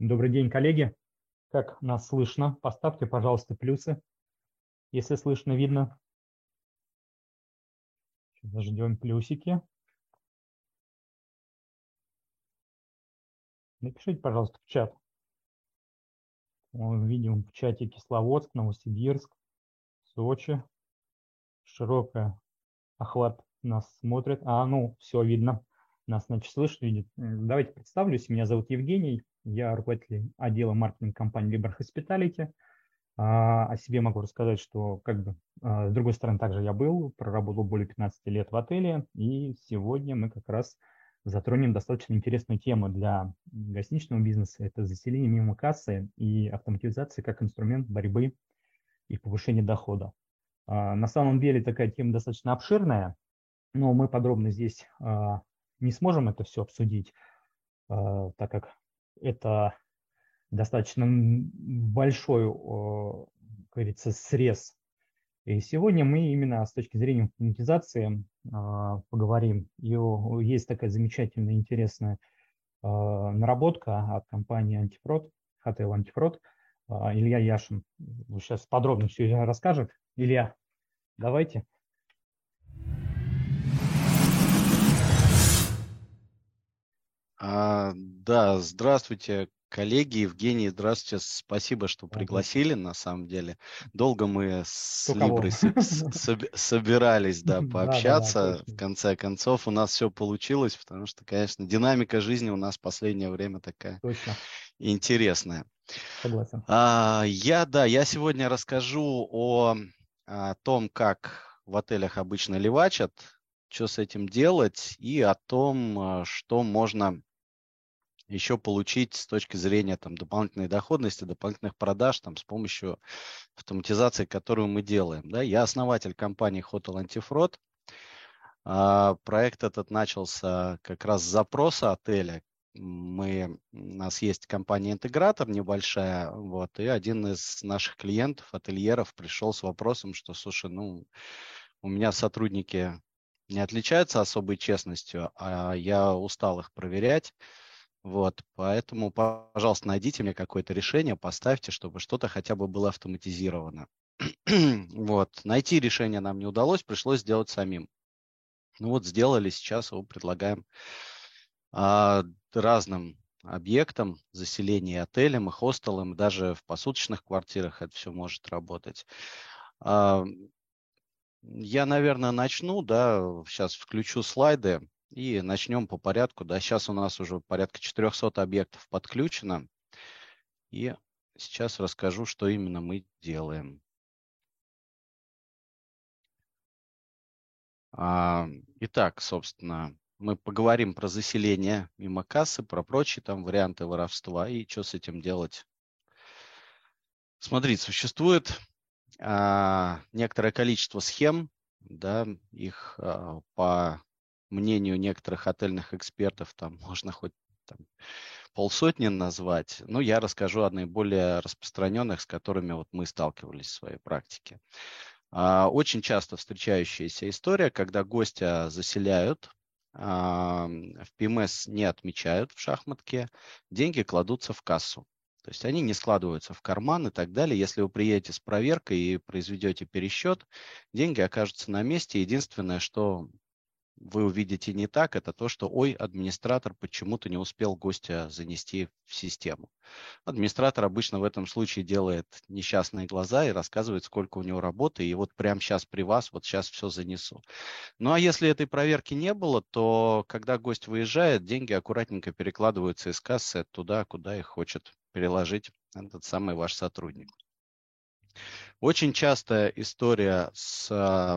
Добрый день, коллеги. Как нас слышно? Поставьте, пожалуйста, плюсы, если слышно, видно. Заждем плюсики. Напишите, пожалуйста, в чат. Видим в чате Кисловодск, Новосибирск, Сочи. Широкая охват нас смотрит. Все видно. Нас, значит, слышно, видит. Давайте представлюсь. Меня зовут Евгений. Я руководитель отдела маркетинга компании Liber Hospitality. О себе могу рассказать, что с другой стороны также я проработал более 15 лет в отеле, и сегодня мы как раз затронем достаточно интересную тему для гостиничного бизнеса. Это заселение мимо кассы и автоматизация как инструмент борьбы и повышения дохода. На самом деле такая тема достаточно обширная, но мы подробно здесь не сможем это все обсудить, так как это достаточно большой, как говорится, срез. И сегодня мы именно с точки зрения монетизации поговорим. И есть такая замечательная, интересная наработка от компании Антифрод, Hotel Антифрод. Илья Яшин сейчас подробно все расскажет. Илья, давайте. Да, здравствуйте, коллеги. Евгений, здравствуйте. Спасибо, что пригласили, на самом деле. Долго мы с Либрой собирались, пообщаться. В конце концов, у нас все получилось, потому что, конечно, динамика жизни у нас в последнее время такая интересная. Согласен. Я сегодня расскажу о том, как в отелях обычно левачат, что с этим делать, и о том, что можно еще получить с точки зрения дополнительной доходности, дополнительных продаж с помощью автоматизации, которую мы делаем. Да? Я основатель компании Hotel Антифрод. Проект этот начался как раз с запроса отеля. У нас есть компания-интегратор небольшая, и один из наших клиентов, ательеров, пришел с вопросом, что, слушай, у меня сотрудники не отличаются особой честностью, а я устал их проверять. Поэтому, пожалуйста, найдите мне какое-то решение, поставьте, чтобы что-то хотя бы было автоматизировано. Найти решение нам не удалось, пришлось сделать самим. Сделали, сейчас его предлагаем разным объектам, заселения отелям и хостелам, даже в посуточных квартирах это все может работать. Я, наверное, начну, сейчас включу слайды. И начнем по порядку. Сейчас у нас уже порядка 400 объектов подключено. И сейчас расскажу, что именно мы делаем. Итак, собственно, мы поговорим про заселение мимо кассы, про прочие варианты воровства и что с этим делать. Смотрите, существует некоторое количество схем, их по мнению некоторых отельных экспертов, можно хоть полсотни назвать, но я расскажу о наиболее распространенных, с которыми мы сталкивались в своей практике. Очень часто встречающаяся история, когда гостя заселяют, в ПМС не отмечают в шахматке, деньги кладутся в кассу. То есть они не складываются в карман и так далее. Если вы приедете с проверкой и произведете пересчет, деньги окажутся на месте. Единственное, что вы увидите не так, это то, что, администратор почему-то не успел гостя занести в систему. Администратор обычно в этом случае делает несчастные глаза и рассказывает, сколько у него работы, и прямо сейчас при вас, сейчас все занесу. А если этой проверки не было, то когда гость выезжает, деньги аккуратненько перекладываются из кассы туда, куда их хочет переложить этот самый ваш сотрудник. Очень частая история с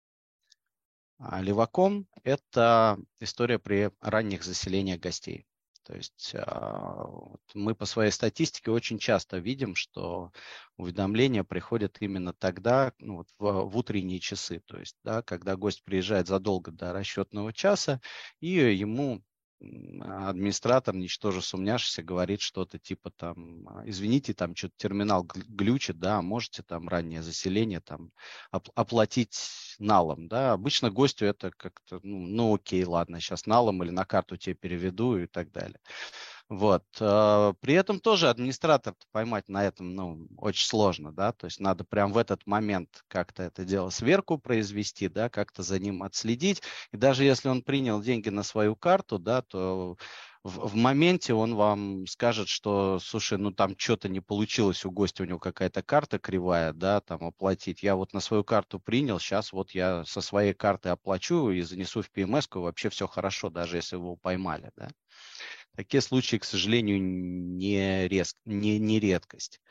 леваком – это история при ранних заселениях гостей. То есть мы по своей статистике очень часто видим, что уведомления приходят именно тогда, в утренние часы. То есть, когда гость приезжает задолго до расчетного часа, и ему администратор, ничтоже сумняшися, говорит что-то типа извините, что-то терминал глючит, можете раннее заселение оплатить налом, Обычно гостю это как-то, окей, ладно, сейчас налом или на карту тебе переведу и так далее. Вот. При этом тоже администратор поймать на этом, ну, очень сложно, да, то есть надо прям в этот момент как-то это дело сверку произвести, да, как-то за ним отследить. И даже если он принял деньги на свою карту, да, то в моменте он вам скажет, что, слушай, ну там что-то не получилось у гостя, у него какая-то карта кривая, да, там оплатить. Я вот на свою карту принял, сейчас вот я со своей карты оплачу и занесу в PMS-ку, вообще все хорошо, даже если вы его поймали, да. Такие случаи, к сожалению, не редкость.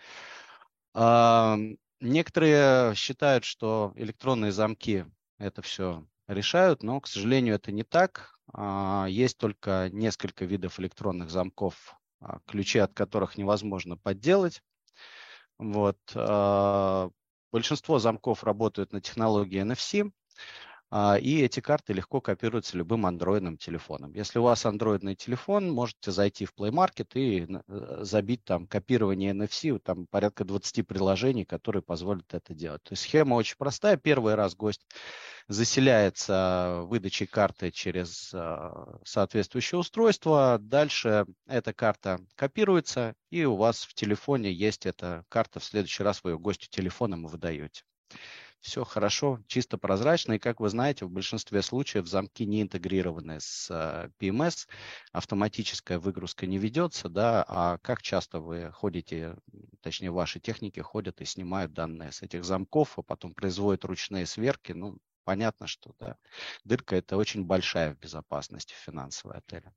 Некоторые считают, что электронные замки это все решают, но, к сожалению, это не так. Есть только несколько видов электронных замков, ключи от которых невозможно подделать. Вот. Большинство замков работают на технологии NFC. И эти карты легко копируются любым андроидным телефоном. Если у вас андроидный телефон, можете зайти в Play Market и забить там копирование NFC, там порядка 20 приложений, которые позволят это делать. То есть схема очень простая. Первый раз гость заселяется выдачей карты через соответствующее устройство. Дальше эта карта копируется, и у вас в телефоне есть эта карта. В следующий раз вы ее гостю телефоном выдаете. Все хорошо, чисто прозрачно. И, как вы знаете, в большинстве случаев замки не интегрированы с PMS, автоматическая выгрузка не ведется, да, а как часто вы ходите, точнее, ваши техники ходят и снимают данные с этих замков, а потом производят ручные сверки, ну, понятно, что да, дырка это очень большая в безопасности финансовой отеля.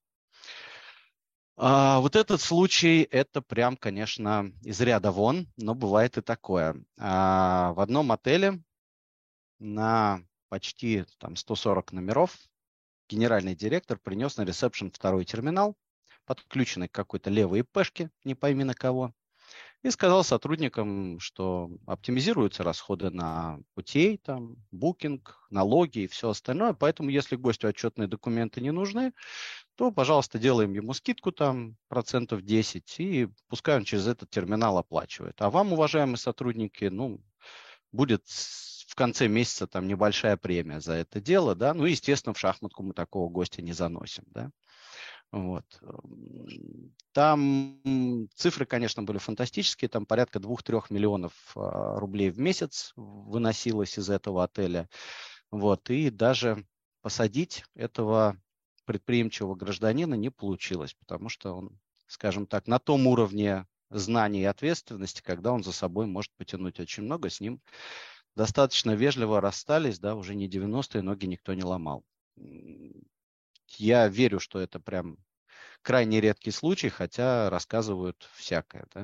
Вот этот случай, это прям, конечно, из ряда вон, но бывает и такое. В одном отеле на почти там 140 номеров генеральный директор принес на ресепшн второй терминал, подключенный к какой-то левой ИПшке, не пойми на кого, и сказал сотрудникам, что оптимизируются расходы на путей, там, букинг, налоги и все остальное, поэтому если гостю отчетные документы не нужны, то, пожалуйста, делаем ему скидку там процентов 10, и пускай он через этот терминал оплачивает. А вам, уважаемые сотрудники, ну, будет в конце месяца там небольшая премия за это дело, да, ну, естественно, в шахматку мы такого гостя не заносим, да. Вот. Там цифры, конечно, были фантастические, там порядка 2-3 миллионов рублей в месяц выносилось из этого отеля, вот, и даже посадить этого предприимчивого гражданина не получилось, потому что он, скажем так, на том уровне знаний и ответственности, когда он за собой может потянуть очень много, с ним достаточно вежливо расстались, да, уже не 90-е, ноги никто не ломал. Я верю, что это прям крайне редкий случай, хотя рассказывают всякое, да.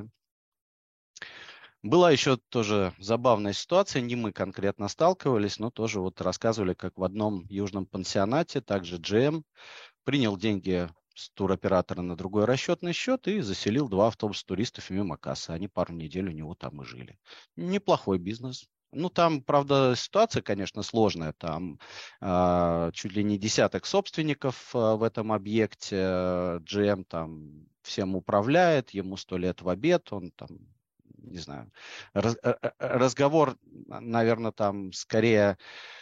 Была еще тоже забавная ситуация, не мы конкретно сталкивались, но тоже вот рассказывали, как в одном южном пансионате, также GM принял деньги с туроператора на другой расчетный счет и заселил 2 автобуса туристов мимо кассы. Они пару недель у него там и жили. Неплохой бизнес. Ну, там, правда, ситуация, конечно, сложная. Там чуть ли не десяток собственников в этом объекте. GM там всем управляет, ему 100 лет в обед, он там, не знаю, разговор, наверное, там скорее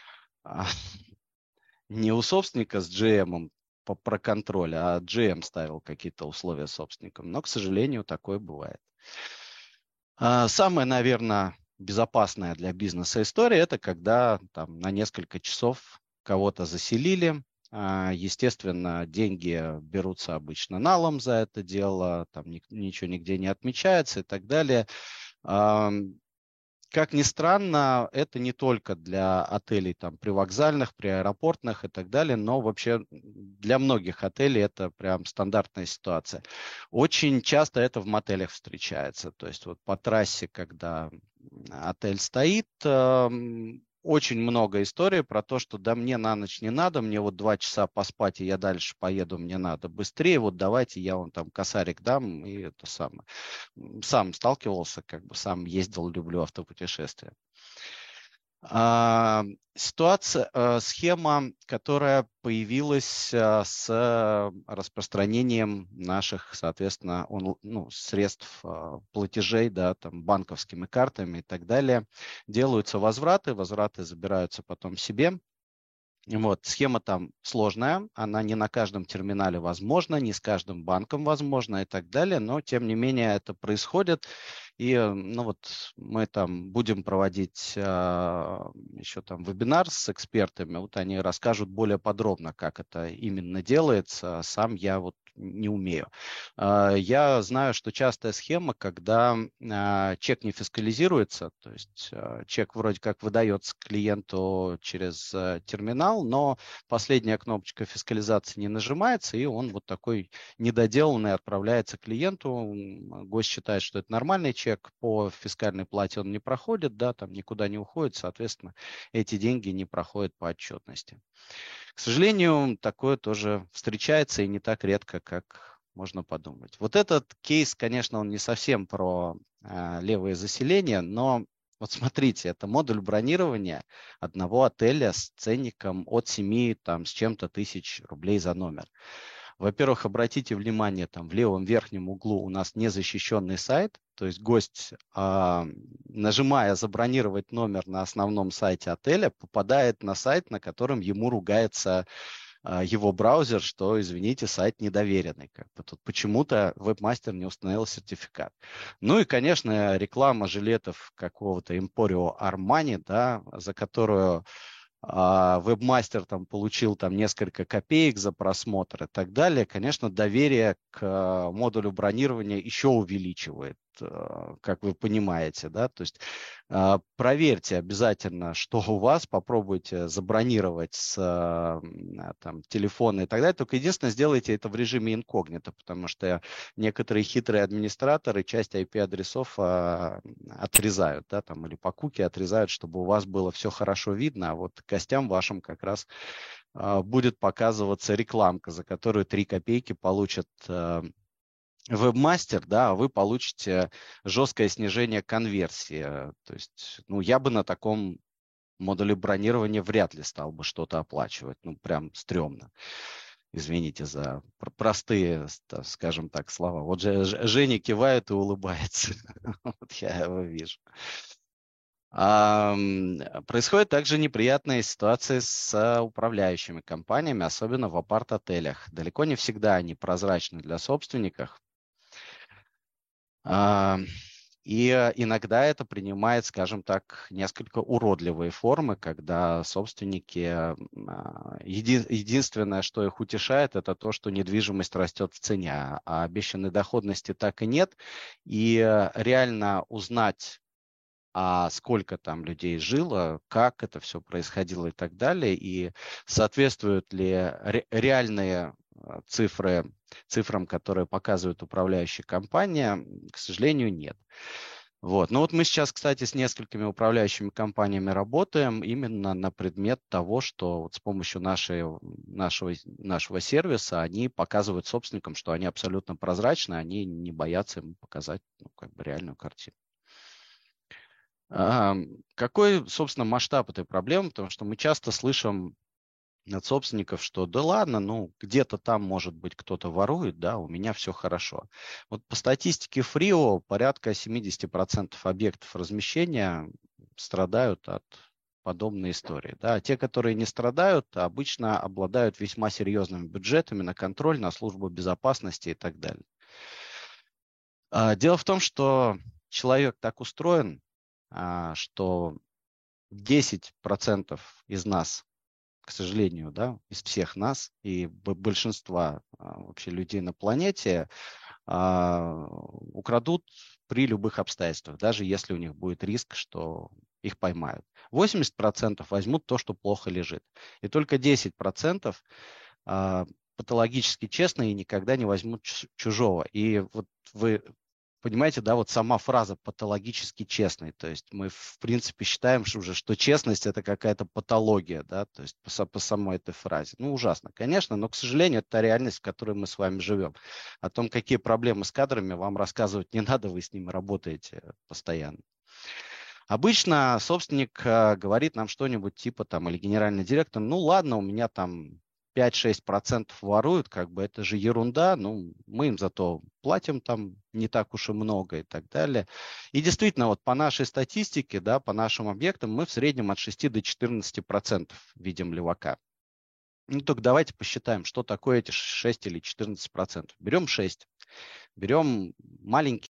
не у собственника с GM про контроль, а GM ставил какие-то условия собственникам. Но, к сожалению, такое бывает. Самое, наверное, безопасная для бизнеса история – это когда там на несколько часов кого-то заселили. Естественно, деньги берутся обычно налом за это дело, там ничего нигде не отмечается и так далее. Как ни странно, это не только для отелей там, привокзальных, приаэропортных и так далее, но вообще для многих отелей это прям стандартная ситуация. Очень часто это в мотелях встречается. То есть вот по трассе, когда отель стоит, очень много историй про то, что да мне на ночь не надо, мне вот 2 часа поспать, и я дальше поеду, мне надо быстрее, вот давайте я вам там косарик дам, и это самое. Сам сталкивался, как бы сам ездил, люблю автопутешествия. Ситуация, схема, которая появилась с распространением наших, соответственно, средств платежей, да, там, банковскими картами и так далее. Делаются возвраты забираются потом себе. Вот, схема там сложная, она не на каждом терминале возможна, не с каждым банком возможна и так далее, но тем не менее это происходит. И ну вот мы там будем проводить еще там вебинар с экспертами, вот они расскажут более подробно, как это именно делается, сам я вот не умею. Я знаю, что частая схема, когда чек не фискализируется, то есть чек вроде как выдается клиенту через терминал, но последняя кнопочка фискализации не нажимается, и он вот такой недоделанный отправляется клиенту. Гость считает, что это нормальный чек, по фискальной плате он не проходит, да, там никуда не уходит, соответственно, эти деньги не проходят по отчетности. К сожалению, такое тоже встречается и не так редко, как можно подумать. Вот этот кейс, конечно, он не совсем про левое заселение, но вот смотрите, это модуль бронирования одного отеля с ценником от 7 там, с чем-то тысяч рублей за номер. Во-первых, обратите внимание, там в левом верхнем углу у нас незащищенный сайт, то есть гость, нажимая забронировать номер на основном сайте отеля, попадает на сайт, на котором ему ругается его браузер, что, извините, сайт недоверенный. Как бы тут почему-то вебмастер не установил сертификат. Ну и, конечно, реклама жилетов какого-то Emporio Armani, да, за которую вебмастер там получил там несколько копеек за просмотр и так далее, конечно, доверие к модулю бронирования еще увеличивает, как вы понимаете, да, то есть проверьте обязательно, что у вас, попробуйте забронировать с там, телефона и так далее, только единственное, сделайте это в режиме инкогнито, потому что некоторые хитрые администраторы часть IP-адресов отрезают, да, там, или по куки отрезают, чтобы у вас было все хорошо видно, а вот гостям вашим как раз будет показываться рекламка, за которую 3 копейки получат вебмастер, да, а вы получите жесткое снижение конверсии. То есть, ну, я бы на таком модуле бронирования вряд ли стал бы что-то оплачивать. Ну, прям стрёмно. Извините за простые, скажем так, слова. Вот Женя кивает и улыбается. Вот я его вижу. Происходят также неприятные ситуации с управляющими компаниями, особенно в апарт-отелях. Далеко не всегда они прозрачны для собственников. И иногда это принимает, скажем так, несколько уродливые формы, когда собственники, единственное, что их утешает, это то, что недвижимость растет в цене, а обещанной доходности так и нет. И реально узнать, сколько там людей жило, как это все происходило и так далее, и соответствуют ли реальные цифрам, которые показывает управляющая компания, к сожалению, нет. Вот. Ну вот мы сейчас, кстати, с несколькими управляющими компаниями работаем именно на предмет того, что вот с помощью нашего сервиса они показывают собственникам, что они абсолютно прозрачны, они не боятся им показать как бы реальную картину. Какой, собственно, масштаб этой проблемы? Потому что мы часто слышим от собственников, что да ладно, ну где-то там, может быть, кто-то ворует, да, у меня все хорошо. Вот по статистике ФРИО порядка 70% объектов размещения страдают от подобной истории. Да. Те, которые не страдают, обычно обладают весьма серьезными бюджетами на контроль, на службу безопасности и так далее. Дело в том, что человек так устроен, что 10% из нас, к сожалению, да, из всех нас и большинства вообще людей на планете украдут при любых обстоятельствах, даже если у них будет риск, что их поймают. 80% возьмут то, что плохо лежит. И только 10% патологически честные и никогда не возьмут чужого. И вот вы понимаете, да, вот сама фраза патологически честный, то есть мы в принципе считаем что честность это какая-то патология, да, то есть по самой этой фразе. Ну, ужасно, конечно, но, к сожалению, это та реальность, в которой мы с вами живем. О том, какие проблемы с кадрами, вам рассказывать не надо, вы с ними работаете постоянно. Обычно собственник говорит нам что-нибудь типа там, или генеральный директор, ну ладно, у меня там 5-6% воруют, как бы это же ерунда, ну, мы им зато платим там не так уж и много и так далее. И действительно, вот по нашей статистике, да, по нашим объектам мы в среднем от 6 до 14% видим левака. Ну, только давайте посчитаем, что такое эти 6 или 14%. Берем 6, берем маленький